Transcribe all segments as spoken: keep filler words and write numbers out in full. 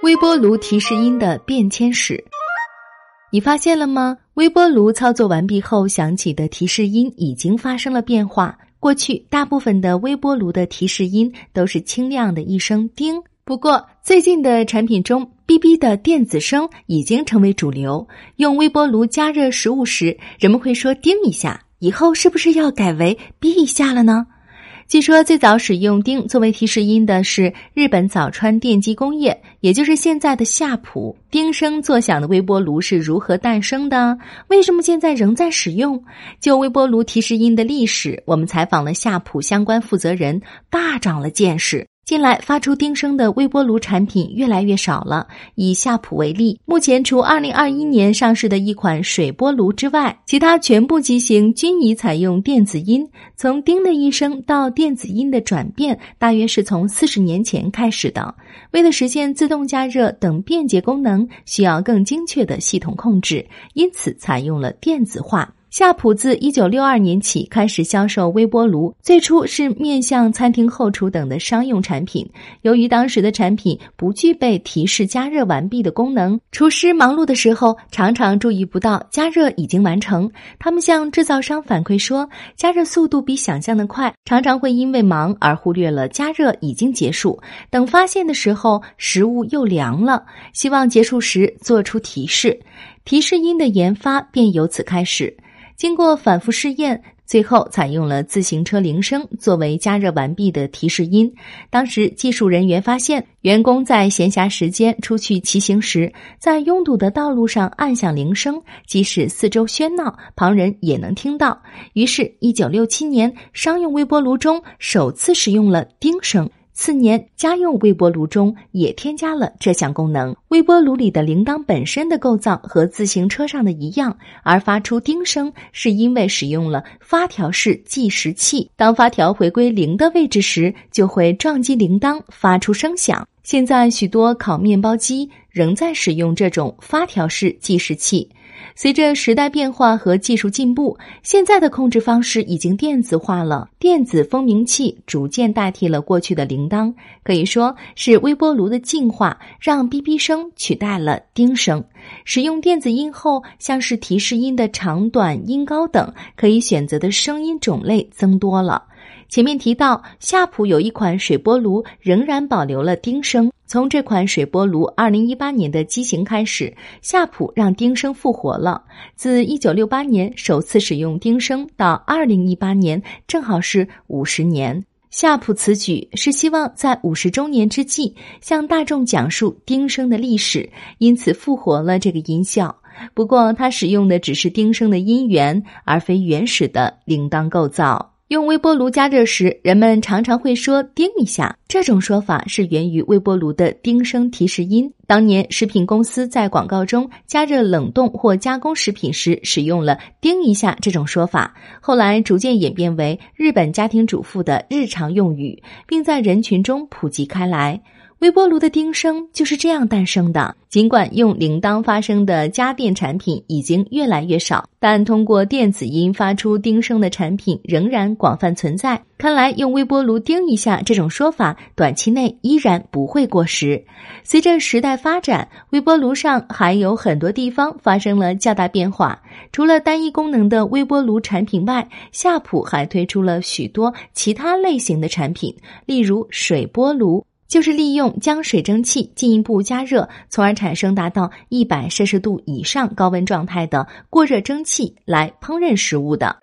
微波炉提示音的变迁史。你发现了吗？微波炉操作完毕后响起的提示音已经发生了变化。过去大部分的微波炉的提示音都是清亮的一声叮，不过最近的产品中哔哔的电子声已经成为主流。用微波炉加热食物时，人们会说叮一下，以后是不是要改为哔一下了呢？据说最早使用叮作为提示音的是日本早川电机工业，也就是现在的夏普。叮声作响的微波炉是如何诞生的？为什么现在仍在使用？就微波炉提示音的历史，我们采访了夏普相关负责人，大长了见识。近来发出叮声的微波炉产品越来越少了。以夏普为例，目前除二零二一年上市的一款水波炉之外，其他全部机型均已采用电子音。从叮的一声到电子音的转变，大约是从四十年前开始的。为了实现自动加热等便捷功能，需要更精确的系统控制，因此采用了电子化。夏普自一九六二年起开始销售微波炉，最初是面向餐厅后厨等的商用产品。由于当时的产品不具备提示加热完毕的功能，厨师忙碌的时候常常注意不到加热已经完成。他们向制造商反馈说，加热速度比想象的快，常常会因为忙而忽略了加热已经结束。等发现的时候，食物又凉了，希望结束时做出提示。提示音的研发便由此开始。经过反复试验，最后采用了自行车铃声作为加热完毕的提示音。当时技术人员发现，员工在闲暇时间出去骑行时，在拥堵的道路上按响铃声，即使四周喧闹，旁人也能听到。于是一九六七年，商用微波炉中首次使用了叮声。次年，家用微波炉中也添加了这项功能。微波炉里的铃铛本身的构造和自行车上的一样，而发出叮声是因为使用了发条式计时器。当发条回归零的位置时，就会撞击铃铛，发出声响。现在许多烤面包机仍在使用这种发条式计时器。随着时代变化和技术进步，现在的控制方式已经电子化了，电子蜂鸣器逐渐代替了过去的铃铛，可以说是微波炉的进化让哔哔声取代了叮声。使用电子音后，像是提示音的长短、音高等，可以选择的声音种类增多了。前面提到，夏普有一款水波炉仍然保留了叮声。从这款水波炉二零一八年的机型开始，夏普让叮声复活了。自一九六八年首次使用叮声到二零一八年，正好是五十年。夏普此举是希望在五十周年之际向大众讲述叮声的历史，因此复活了这个音效。不过它使用的只是叮声的音源，而非原始的铃铛构造。用微波炉加热时，人们常常会说叮一下，这种说法是源于微波炉的叮声提示音。当年食品公司在广告中加热冷冻或加工食品时使用了叮一下这种说法，后来逐渐演变为日本家庭主妇的日常用语，并在人群中普及开来。微波炉的叮声就是这样诞生的。尽管用铃铛发声的家电产品已经越来越少，但通过电子音发出叮声的产品仍然广泛存在。看来用微波炉叮一下这种说法短期内依然不会过时。随着时代发展，微波炉上还有很多地方发生了较大变化。除了单一功能的微波炉产品外，夏普还推出了许多其他类型的产品，例如水波炉，就是利用将水蒸气进一步加热，从而产生达到一百摄氏度以上高温状态的过热蒸汽来烹饪食物的。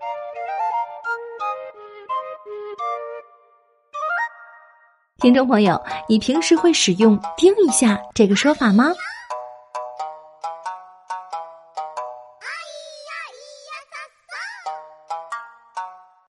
听众朋友，你平时会使用叮一下这个说法吗？